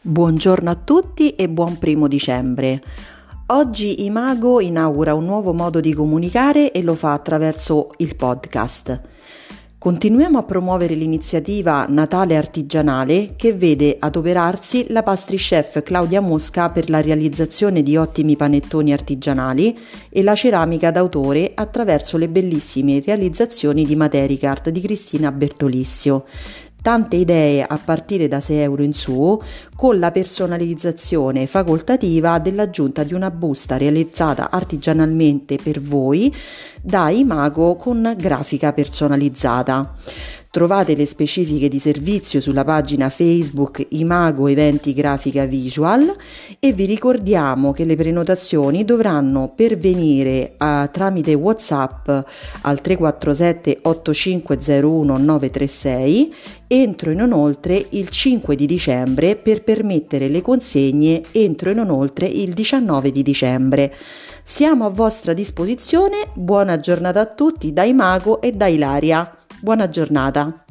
Buongiorno a tutti e buon 1° dicembre. Oggi Imago inaugura un nuovo modo di comunicare e lo fa attraverso il podcast. Continuiamo a promuovere l'iniziativa Natale Artigianale che vede adoperarsi la pastry-chef Claudia Mosca per la realizzazione di ottimi panettoni artigianali e la ceramica d'autore attraverso le bellissime realizzazioni di Matericart di Cristina Bertolissio. Tante idee a partire da 6 euro in su, con la personalizzazione facoltativa dell'aggiunta di una busta realizzata artigianalmente per voi da Imago con grafica personalizzata. Trovate le specifiche di servizio sulla pagina Facebook Imago Eventi Grafica Visual e vi ricordiamo che le prenotazioni dovranno pervenire tramite WhatsApp al 347 8501 936 entro e non oltre il 5 di dicembre per permettere le consegne entro e non oltre il 19 di dicembre. Siamo a vostra disposizione, buona giornata a tutti da Imago e da Ilaria. Buona giornata!